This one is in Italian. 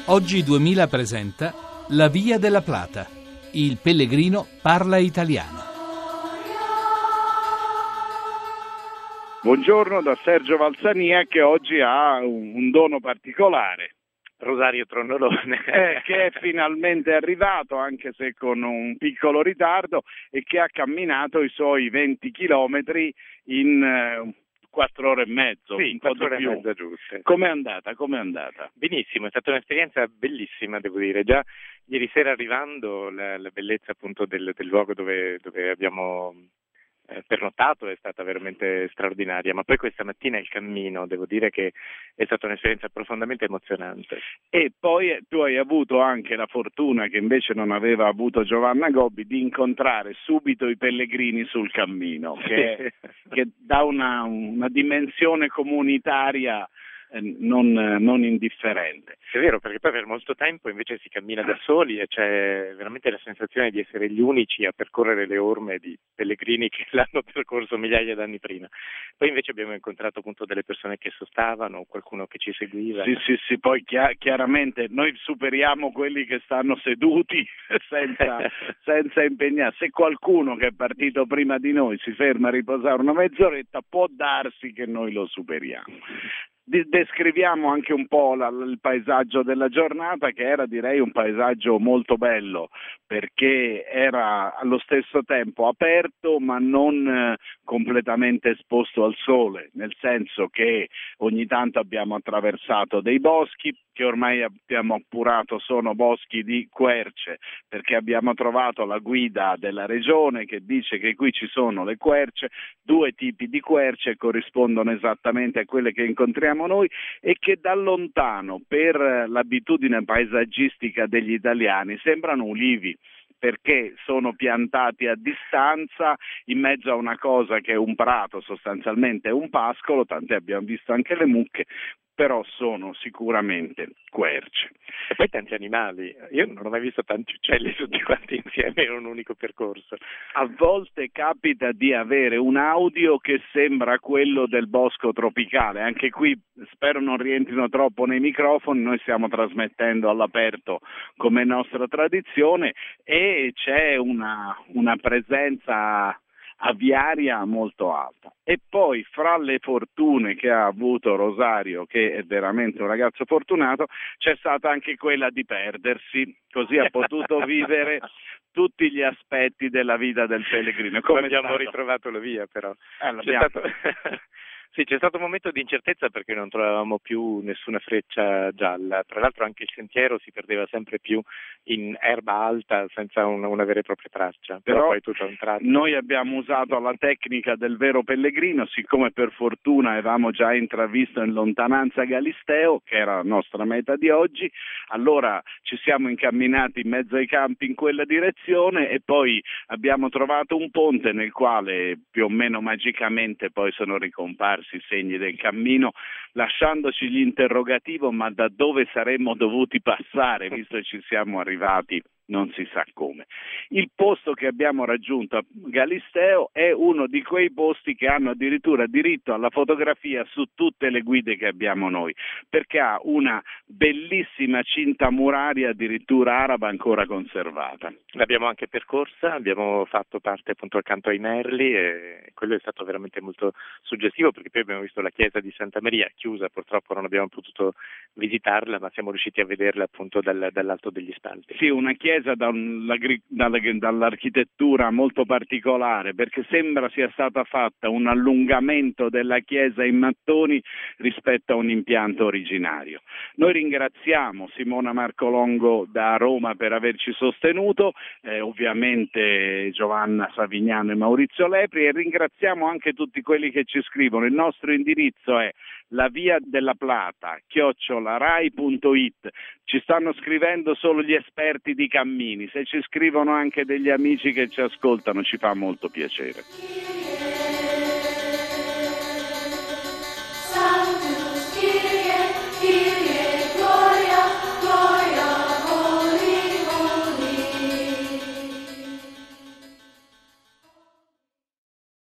Oggi 2000 presenta La Via della Plata. Il pellegrino parla italiano. Buongiorno da Sergio Valsania, che oggi ha un dono particolare. Rosario Tronnolone. Che è finalmente arrivato, anche se con un piccolo ritardo, e che ha camminato i suoi 20 chilometri in 4 ore e mezzo. Sì, 4 ore e mezza giuste. Com'è andata? Benissimo, è stata un'esperienza bellissima, devo dire. Già ieri sera arrivando, la bellezza appunto del luogo dove abbiamo pernottato è stata veramente straordinaria, ma poi questa mattina il cammino, devo dire che è stata un'esperienza profondamente emozionante. E poi tu hai avuto anche la fortuna, che invece non aveva avuto Giovanna Gobbi, di incontrare subito i pellegrini sul cammino, che dà una dimensione comunitaria non indifferente. È vero, perché poi per molto tempo invece si cammina da soli e c'è veramente la sensazione di essere gli unici a percorrere le orme di pellegrini che l'hanno percorso migliaia d'anni prima. Poi invece abbiamo incontrato appunto delle persone che sostavano, qualcuno che ci seguiva. Sì, poi chiaramente noi superiamo quelli che stanno seduti senza impegnare. Se qualcuno che è partito prima di noi si ferma a riposare una mezz'oretta, può darsi che noi lo superiamo. Descriviamo anche un po' il paesaggio della giornata, che era, direi, un paesaggio molto bello, perché era allo stesso tempo aperto ma non completamente esposto al sole, nel senso che ogni tanto abbiamo attraversato dei boschi che ormai abbiamo appurato sono boschi di querce, perché abbiamo trovato la guida della regione che dice che qui ci sono le querce, 2 tipi di querce corrispondono esattamente a quelle che incontriamo noi e che da lontano, per l'abitudine paesaggistica degli italiani, sembrano ulivi, perché sono piantati a distanza in mezzo a una cosa che è un prato, sostanzialmente è un pascolo, tant'è abbiamo visto anche le mucche, però sono sicuramente querce. E poi tanti animali, io non ho mai visto tanti uccelli tutti quanti insieme in un unico percorso. A volte capita di avere un audio che sembra quello del bosco tropicale, anche qui spero non rientrino troppo nei microfoni, noi stiamo trasmettendo all'aperto come nostra tradizione e c'è una presenza aviaria molto alta. E poi, fra le fortune che ha avuto Rosario, che è veramente un ragazzo fortunato, c'è stata anche quella di perdersi, così ha potuto vivere tutti gli aspetti della vita del pellegrino. Come abbiamo ritrovato la via, però. Sì, c'è stato un momento di incertezza perché non trovavamo più nessuna freccia gialla. Tra l'altro anche il sentiero si perdeva sempre più in erba alta senza una vera e propria traccia. Però poi tutto a un tratto. Noi abbiamo usato la tecnica del vero pellegrino, siccome per fortuna avevamo già intravisto in lontananza Galisteo, che era la nostra meta di oggi, allora ci siamo incamminati in mezzo ai campi in quella direzione e poi abbiamo trovato un ponte nel quale più o meno magicamente poi sono ricomparsi i segni del cammino, lasciandoci l'interrogativo: ma da dove saremmo dovuti passare, visto che ci siamo arrivati non si sa come. Il posto che abbiamo raggiunto a Galisteo è uno di quei posti che hanno addirittura diritto alla fotografia su tutte le guide che abbiamo noi, perché ha una bellissima cinta muraria addirittura araba ancora conservata. L'abbiamo anche percorsa, abbiamo fatto parte appunto accanto ai merli e quello è stato veramente molto suggestivo, perché poi abbiamo visto la chiesa di Santa Maria, chiusa purtroppo non abbiamo potuto visitarla, ma siamo riusciti a vederla appunto dall'alto degli spalti. Sì, una chiesa dall'architettura molto particolare, perché sembra sia stata fatta un allungamento della chiesa in mattoni rispetto a un impianto originario. Noi ringraziamo Simona Marcolongo da Roma per averci sostenuto, ovviamente Giovanna Savignano e Maurizio Lepri, e ringraziamo anche tutti quelli che ci scrivono. Il nostro indirizzo è laviadelaplata@rai.it. Ci stanno scrivendo solo gli esperti di cammini, se ci scrivono anche degli amici che ci ascoltano ci fa molto piacere.